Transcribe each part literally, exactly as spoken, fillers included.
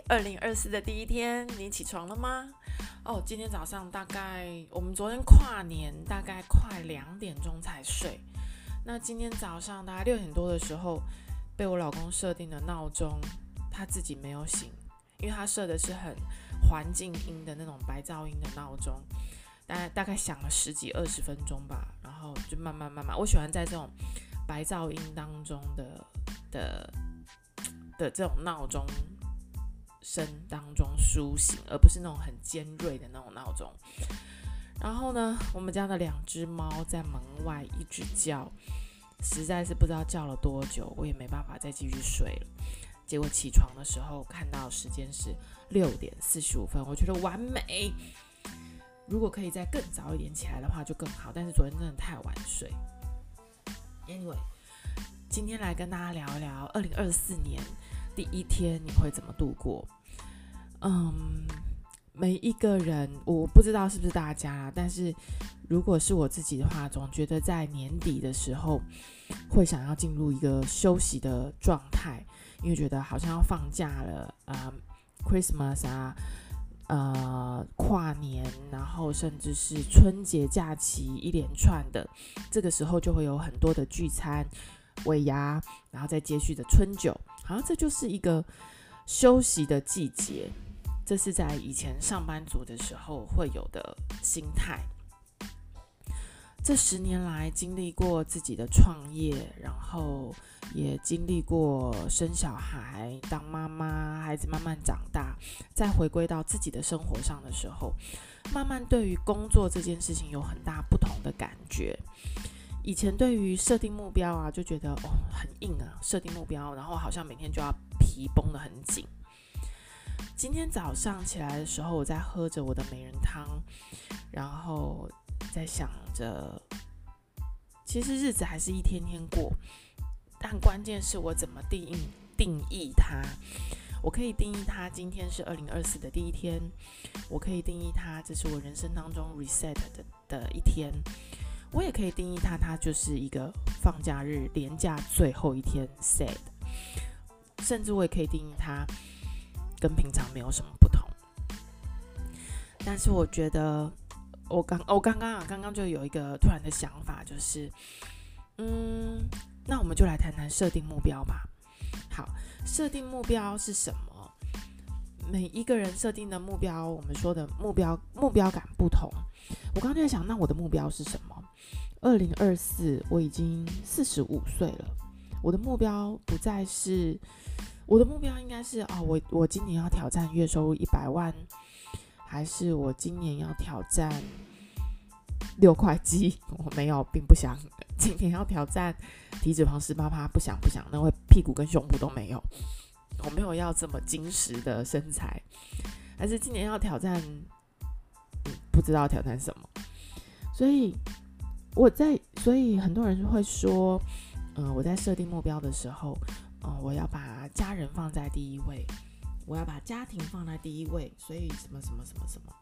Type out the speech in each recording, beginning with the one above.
二零二四的第一天，你起床了吗？哦，今天早上大概我们昨天跨年，大概快两点钟才睡。那今天早上大概六点多的时候，被我老公设定的闹钟，他自己没有醒，因为他设的是很环境音的那种白噪音的闹钟，大概大概响了十几二十分钟吧，然后就慢慢慢慢，我喜欢在这种白噪音当中的的的这种闹钟声当中苏醒，而不是那种很尖锐的那种闹钟。然后呢，我们家的两只猫在门外一直叫，实在是不知道叫了多久，我也没办法再继续睡了。结果起床的时候看到时间是六点四十五分，我觉得完美。如果可以再更早一点起来的话就更好，但是昨天真的太晚睡。Anyway， 今天来跟大家聊一聊二零二四年第一天你会怎么度过。嗯，每一个人，我不知道是不是大家，但是如果是我自己的话，总觉得在年底的时候会想要进入一个休息的状态，因为觉得好像要放假了，呃 Christmas 啊，呃跨年，然后甚至是春节假期一连串的，这个时候就会有很多的聚餐、尾牙，然后再接续的春酒，好像这就是一个休息的季节。这是在以前上班族的时候会有的心态。这十年来经历过自己的创业，然后也经历过生小孩、当妈妈，孩子慢慢长大，再回归到自己的生活上的时候，慢慢对于工作这件事情有很大不同的感觉。以前对于设定目标啊，就觉得哦很硬啊，设定目标，然后好像每天就要皮绷得很紧。今天早上起来的时候，我在喝着我的美人汤，然后在想着，其实日子还是一天天过，但关键是我怎么定义定义它。我可以定义它，今天是二零二四的第一天，我可以定义它，这是我人生当中 reset 的, 的一天，我也可以定义它，它就是一个放假日连假最后一天 sad， 甚至我也可以定义它跟平常没有什么不同。但是我觉得我刚我刚刚啊刚刚就有一个突然的想法，就是嗯，那我们就来谈谈设定目标吧。好，设定目标是什么？每一个人设定的目标，我们说的目标目标感不同。我刚刚在想，那我的目标是什么？二零二四，我已经四十五岁了，我的目标不再是。我的目标应该是哦，我我今年要挑战月收入一百万，还是我今年要挑战六块肌？我没有，并不想。今年要挑战体脂肪十八趴，不想不想，那会屁股跟胸部都没有。我没有要这么精实的身材，还是今年要挑战，嗯、不知道挑战什么。所以我在，所以很多人会说，嗯、呃，我在设定目标的时候。哦、我要把家人放在第一位，我要把家庭放在第一位，所以什么什么什么什么。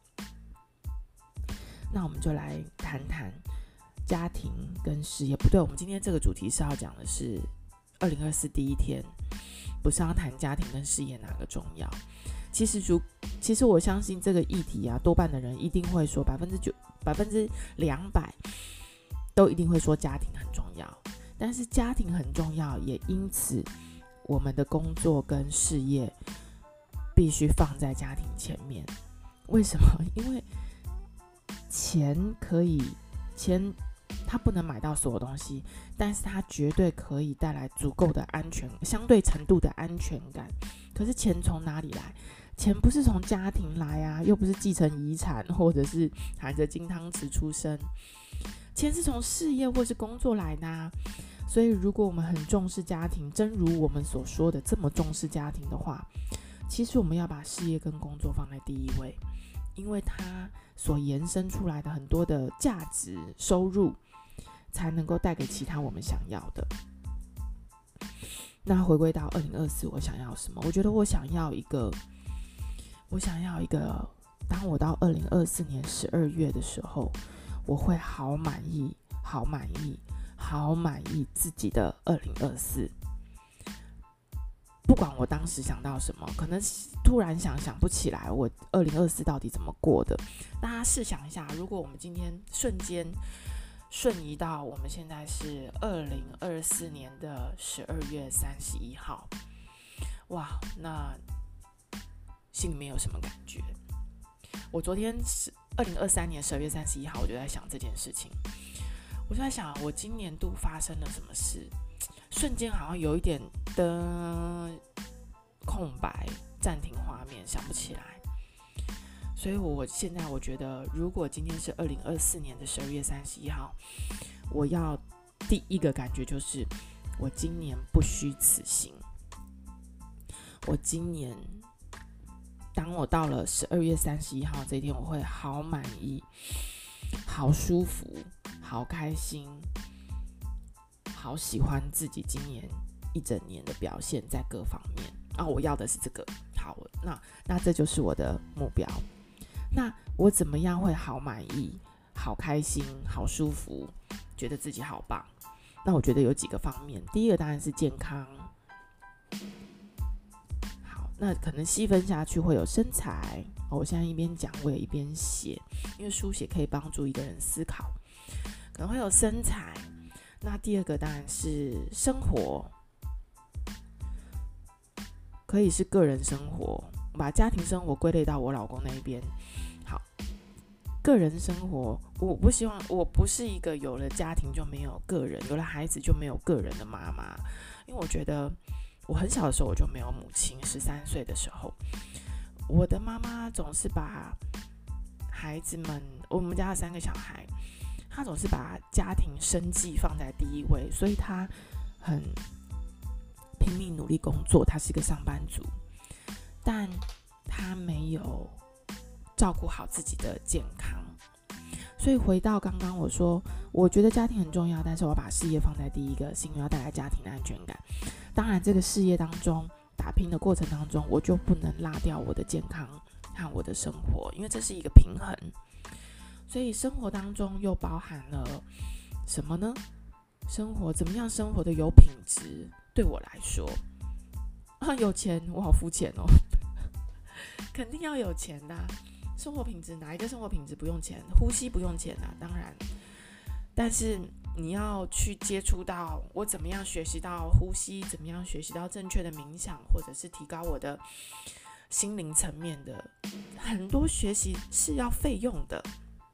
那我们就来谈谈家庭跟事业。不对，我们今天这个主题是要讲的是二零二四第一天，不是要谈家庭跟事业哪个重要。其实如其实我相信这个议题啊，多半的人一定会说百分之九百分之两百都一定会说家庭很重要。但是家庭很重要，也因此我们的工作跟事业必须放在家庭前面。为什么？因为钱可以，钱它不能买到所有东西，但是它绝对可以带来足够的安全，相对程度的安全感。可是钱从哪里来？钱不是从家庭来啊，又不是继承遗产，或者是含着金汤匙出生。钱是从事业或是工作来的啊。所以如果我们很重视家庭，正如我们所说的这么重视家庭的话，其实我们要把事业跟工作放在第一位，因为它所延伸出来的很多的价值收入才能够带给其他我们想要的。那回归到二零二四，我想要什么？我觉得我想要一个我想要一个当我到二零二四年十二月的时候，我会好满意好满意好满意自己的二零二四。 不管我当时想到什么，可能突然想想不起来我二零二四到底怎么过的。大家试想一下，如果我们今天瞬间瞬移到我们现在是二零二四年的十二月三十一号，哇，那心里面有什么感觉？我昨天是二零二三年十二月三十一号，我就在想这件事情，我就在想我今年度发生了什么事，瞬间好像有一点的空白，暂停画面，想不起来。所以我现在我觉得，如果今天是二零二四年的十二月三十一号，我要第一个感觉就是，我今年不虚此行。我今年，当我到了十二月三十一号这一天，我会好满意、好舒服、好开心、好喜欢自己今年一整年的表现，在各方面啊，我要的是这个。好，那那这就是我的目标。那我怎么样会好满意、好开心、好舒服，觉得自己好棒？那我觉得有几个方面，第一个当然是健康。好，那可能细分下去会有身材。哦，我现在一边讲我也一边写，因为书写可以帮助一个人思考，可能会有身材。那第二个当然是生活，可以是个人生活，把家庭生活归类到我老公那一边。好，个人生活，我不希望，我不是一个有了家庭就没有个人，有了孩子就没有个人的妈妈。因为我觉得我很小的时候我就没有母亲，十三岁的时候，我的妈妈总是把孩子们，我们家有三个小孩，她总是把家庭生计放在第一位，所以她很拼命努力工作，她是个上班族，但她没有照顾好自己的健康。所以回到刚刚我说，我觉得家庭很重要，但是我把事业放在第一个，是因为要带来家庭的安全感。当然这个事业当中打拼的过程当中，我就不能落掉我的健康和我的生活，因为这是一个平衡。所以生活当中又包含了什么呢？生活怎么样生活的有品质？对我来说啊，有钱，我好肤浅哦肯定要有钱的啊，生活品质哪一个生活品质不用钱？呼吸不用钱啊，当然。但是你要去接触到我怎么样学习到呼吸，怎么样学习到正确的冥想，或者是提高我的心灵层面的，很多学习是要费用的，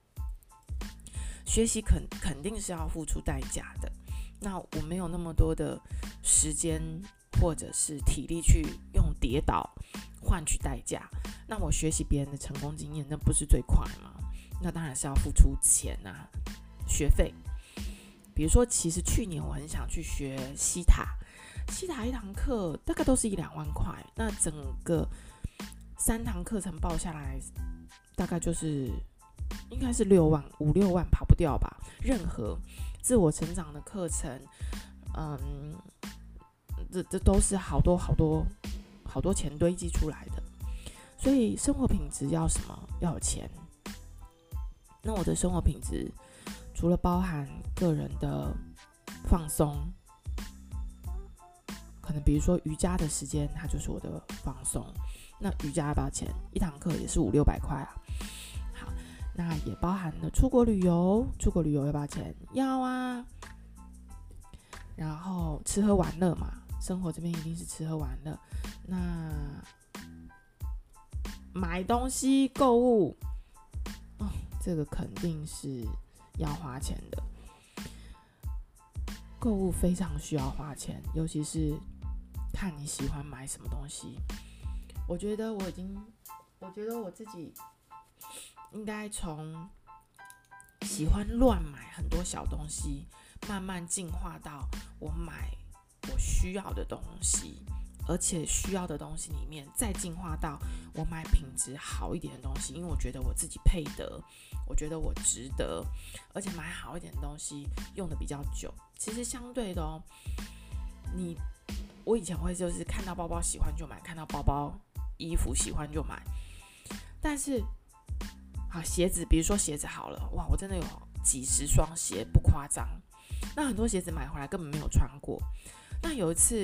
学习肯肯定是要付出代价的。那我没有那么多的时间或者是体力去用跌倒换取代价，那我学习别人的成功经验，那不是最快吗？那当然是要付出钱啊，学费。比如说，其实去年我很想去学西塔，西塔一堂课大概都是一两万块，那整个三堂课程报下来，大概就是应该是六万五六万跑不掉吧。任何自我成长的课程，嗯，这这都是好多好多好多钱堆积出来的。所以生活品质要什么？要有钱。那我的生活品质除了包含个人的放松，可能比如说瑜伽的时间，它就是我的放松。那瑜伽要不要钱？一堂课也是五六百块啊。好，那也包含了出国旅游，出国旅游要不要钱？要啊。然后吃喝玩乐嘛，生活这边一定是吃喝玩乐。那买东西购物，哦，这个肯定是要花钱的。购物非常需要花钱，尤其是看你喜欢买什么东西。我觉得我已经，我觉得我自己应该从喜欢乱买很多小东西，慢慢进化到我买我需要的东西，而且需要的东西里面再进化到我买品质好一点的东西，因为我觉得我自己配得，我觉得我值得，而且买好一点的东西用的比较久。其实相对的哦，你我以前会就是看到包包喜欢就买，看到包包衣服喜欢就买，但是好鞋子，比如说鞋子好了，哇，我真的有几十双鞋，不夸张。那很多鞋子买回来根本没有穿过。那有一次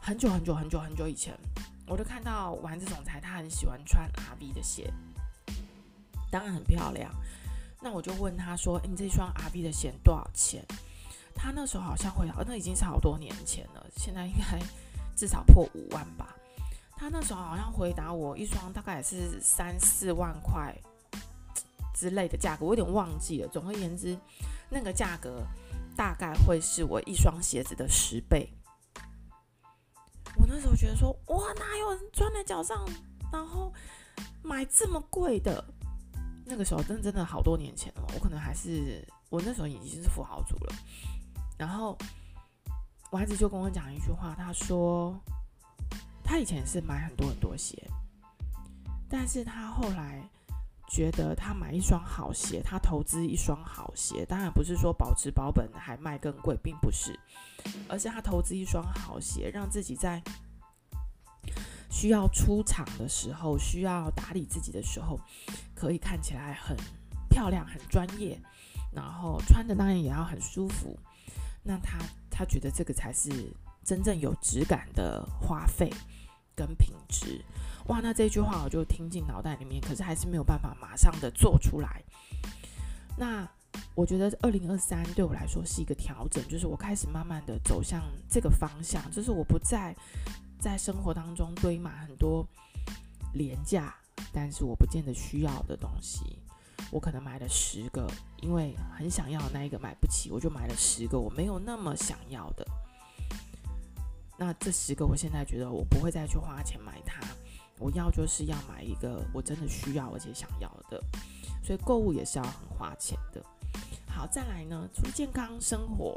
很久很久很久很久以前，我就看到丸子总裁他很喜欢穿 R V 的鞋，当然很漂亮。那我就问他说：“欸、你这双 R V 的鞋多少钱？”他那时候好像会，那已经是好多年前了，现在应该至少破五万吧。他那时候好像回答我，一双大概也是三四万块之类的价格，我有点忘记了。总而言之，那个价格大概会是我一双鞋子的十倍。我那时候觉得说，哇，哪有人穿在脚上，然后买这么贵的？那个时候真的真的好多年前了，我可能还是我那时候已经是富豪族了。然后我孩子就跟我讲一句话，他说他以前是买很多很多鞋，但是他后来觉得他买一双好鞋，他投资一双好鞋，当然不是说保值保本还卖更贵，并不是，而是他投资一双好鞋，让自己在需要出场的时候，需要打理自己的时候，可以看起来很漂亮、很专业，然后穿的当然也要很舒服。那他他觉得这个才是真正有质感的花费跟品质。哇，那这句话我就听进脑袋里面，可是还是没有办法马上的做出来。那我觉得二零二三对我来说是一个调整，就是我开始慢慢的走向这个方向，就是我不再在生活当中堆满很多廉价但是我不见得需要的东西。我可能买了十个，因为很想要的那一个买不起，我就买了十个我没有那么想要的。那这十个我现在觉得我不会再去花钱买它，我要就是要买一个我真的需要而且想要的。所以购物也是要很花钱的。好，再来呢，除了健康生活，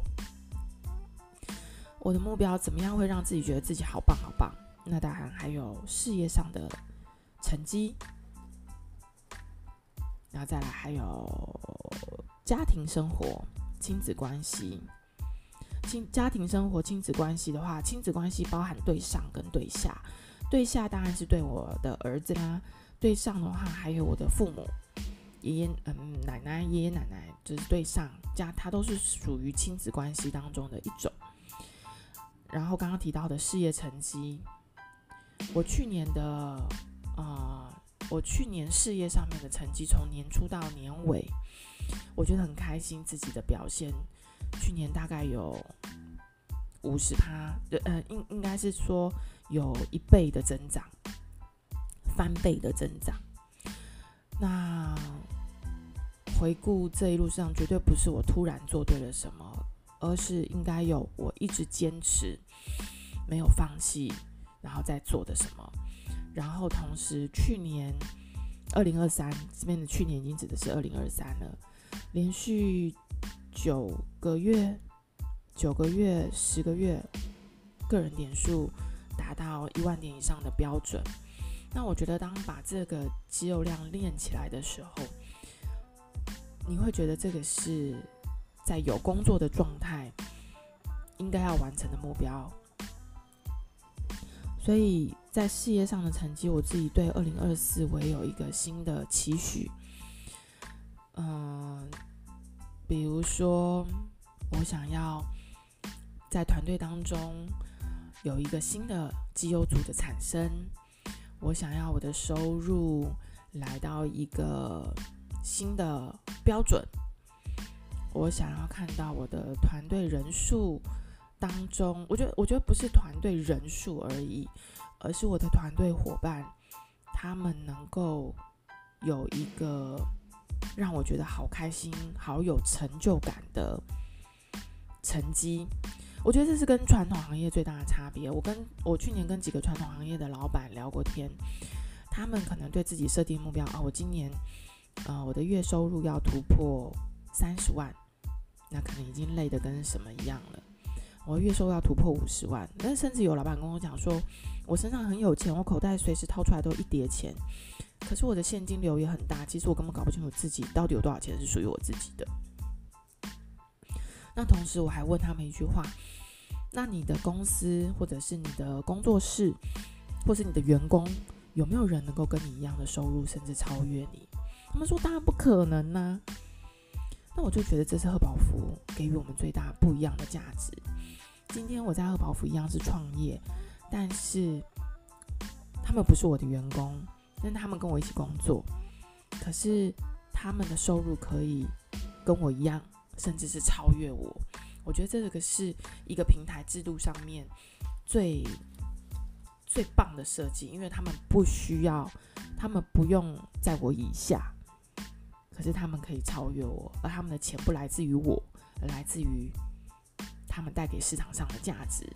我的目标怎么样会让自己觉得自己好棒好棒？那当然还有事业上的成绩，然后再来还有家庭生活、亲子关系。亲家庭生活、亲子关系的话，亲子关系包含对上跟对下。对下当然是对我的儿子啦，对上的话还有我的父母、爷爷、嗯、奶奶、爷爷奶奶，就是对上家，它都是属于亲子关系当中的一种。然后刚刚提到的事业成绩，我去年的呃。我去年事业上面的成绩，从年初到年尾，我觉得很开心，自己的表现，去年大概有五十趴，呃，应应该是说有一倍的增长，翻倍的增长。那回顾这一路上，绝对不是我突然做对了什么，而是应该有我一直坚持，没有放弃，然后再做的什么。然后同时去年二零二三这边的去年已经指的是二零二三了，连续九个月九个月十个月个人点数达到一万点以上的标准。那我觉得当把这个肌肉量练起来的时候，你会觉得这个是在有工作的状态应该要完成的目标。所以在事业上的成绩，我自己对二零二四我也有一个新的期许。嗯，比如说我想要在团队当中有一个新的绩优组的产生，我想要我的收入来到一个新的标准，我想要看到我的团队人数当中，我觉得我觉得不是团队人数而已，而是我的团队伙伴他们能够有一个让我觉得好开心、好有成就感的成绩。我觉得这是跟传统行业最大的差别。我跟我去年跟几个传统行业的老板聊过天，他们可能对自己设定目标啊，我今年呃我的月收入要突破三十万，那可能已经累得跟什么一样了。我月收入要突破五十万，但甚至有老板跟我讲说，我身上很有钱，我口袋随时掏出来都一叠钱，可是我的现金流也很大，其实我根本搞不清楚自己到底有多少钱是属于我自己的。那同时我还问他们一句话，那你的公司或者是你的工作室或是你的员工，有没有人能够跟你一样的收入甚至超越你？他们说当然不可能啊。那我就觉得这是贺宝福给予我们最大不一样的价值。今天我在贺宝福一样是创业， 但是他们不是我的员工，但他们跟我一起工作，可是他们的收入可以跟我一样，甚至是超越我。我觉得这个是一个平台制度上面最最棒的设计，因为他们不需要，他们不用在我以下，可是他们可以超越我，而他们的钱不来自于我，而来自于他们带给市场上的价值。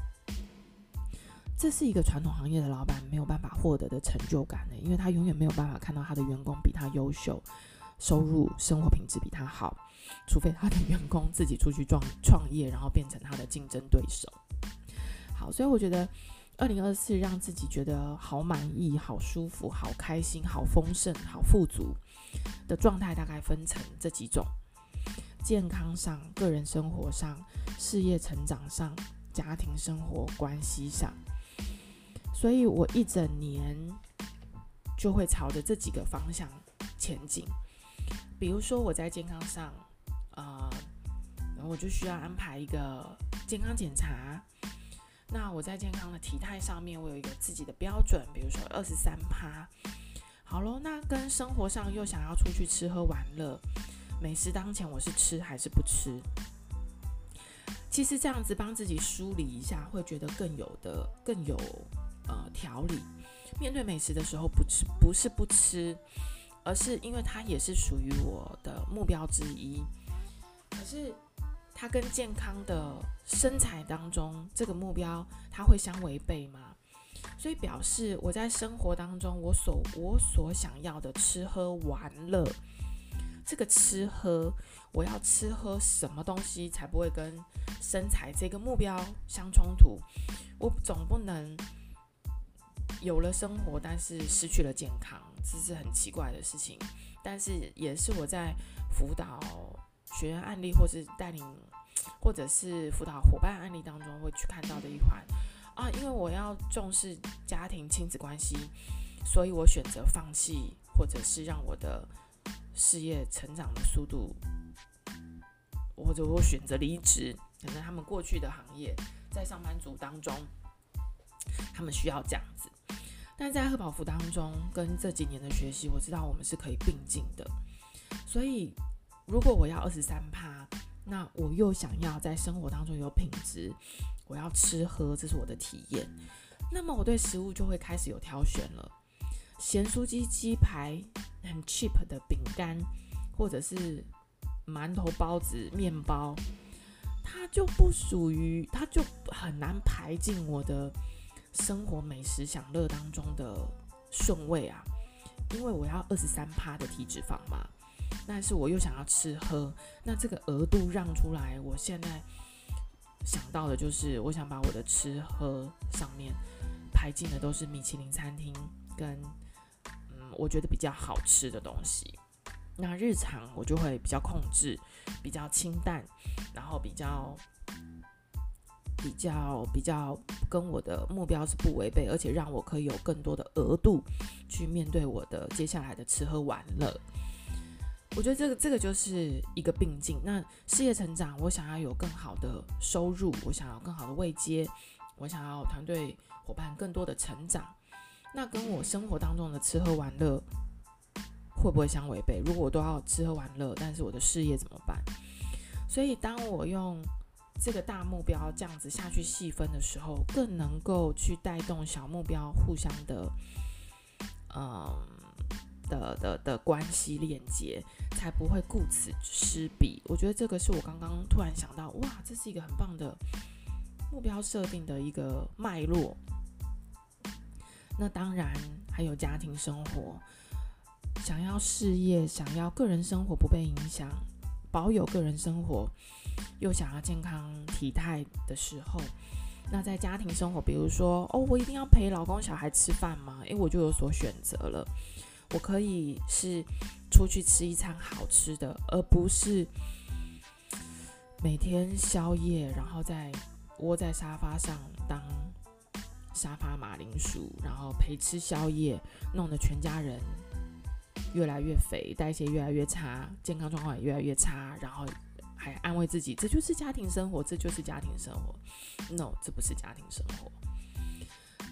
这是一个传统行业的老板没有办法获得的成就感的，因为他永远没有办法看到他的员工比他优秀，收入生活品质比他好，除非他的员工自己出去创业，然后变成他的竞争对手。好，所以我觉得二零二四让自己觉得好满意、好舒服、好开心、好丰盛、好富足的状态，大概分成这几种：健康上、个人生活上、事业成长上、家庭生活关系上。所以我一整年就会朝着这几个方向前进。比如说我在健康上，呃，然后我就需要安排一个健康检查。那我在健康的体态上面，我有一个自己的标准，比如说 百分之二十三。好咯，那跟生活上又想要出去吃喝玩乐，美食当前我是吃还是不吃？其实这样子帮自己梳理一下，会觉得更有的更有呃条理。面对美食的时候，不吃不是不吃，而是因为它也是属于我的目标之一。可是它跟健康的身材当中这个目标，它会相违背吗？所以表示我在生活当中，我所我所想要的吃喝玩乐，这个吃喝，我要吃喝什么东西才不会跟身材这个目标相冲突？我总不能有了生活，但是失去了健康，这是很奇怪的事情。但是也是我在辅导学员案例，或是带领，或者是辅导伙伴案例当中会去看到的一环啊。因为我要重视家庭亲子关系，所以我选择放弃，或者是让我的事业成长的速度，或者我选择离职。可能他们过去的行业在上班族当中，他们需要这样子。但在贺宝福当中，跟这几年的学习，我知道我们是可以并进的。所以如果我要 百分之二十三， 那我又想要在生活当中有品质，我要吃喝，这是我的体验，那么我对食物就会开始有挑选了。咸酥鸡、鸡排，很 cheap 的饼干，或者是馒头、包子、面包，它就不属于，它就很难排进我的生活美食享乐当中的顺位啊。因为我要 百分之二十三 的体脂肪嘛，但是我又想要吃喝，那这个额度让出来，我现在想到的就是我想把我的吃喝上面排进的都是米其林餐厅跟嗯我觉得比较好吃的东西。那日常我就会比较控制，比较清淡，然后比较比较比较跟我的目标是不违背，而且让我可以有更多的额度去面对我的接下来的吃喝玩乐。我觉得这个这个就是一个并进。那事业成长，我想要有更好的收入，我想要更好的位阶，我想要团队伙伴更多的成长。那跟我生活当中的吃喝玩乐会不会相违背？如果我都要吃喝玩乐，但是我的事业怎么办？所以当我用这个大目标这样子下去细分的时候，更能够去带动小目标互相的嗯的的的关系链接，才不会顾此失彼。我觉得这个是我刚刚突然想到，哇，这是一个很棒的目标设定的一个脉络。那当然还有家庭生活，想要事业，想要个人生活不被影响，保有个人生活，又想要健康体态的时候，那在家庭生活，比如说哦，我一定要陪老公小孩吃饭吗？诶，我就有所选择了。我可以是出去吃一餐好吃的，而不是每天宵夜，然后再窝在沙发上当沙发马铃薯，然后陪吃宵夜，弄得全家人越来越肥，代谢越来越差，健康状况也越来越差，然后还安慰自己这就是家庭生活，这就是家庭生活。 No， 这不是家庭生活。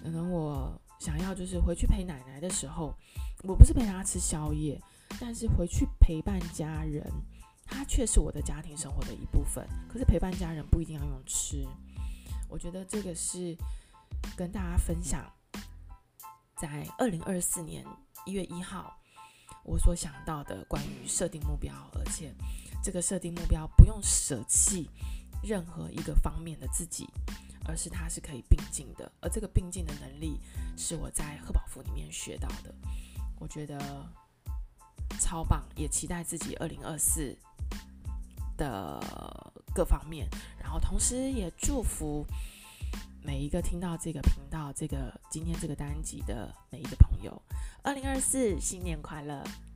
可能我想要就是回去陪奶奶的时候，我不是陪她吃宵夜，但是回去陪伴家人，它却是我的家庭生活的一部分。可是陪伴家人不一定要用吃，我觉得这个是跟大家分享，在二零二四年一月一号我所想到的关于设定目标，而且这个设定目标不用舍弃任何一个方面的自己，而是它是可以并进的，而这个并进的能力是我在贺宝福里面学到的，我觉得超棒，也期待自己二零二四的各方面，然后同时也祝福每一个听到这个频道、这个今天这个单集的每一个朋友，二零二四新年快乐！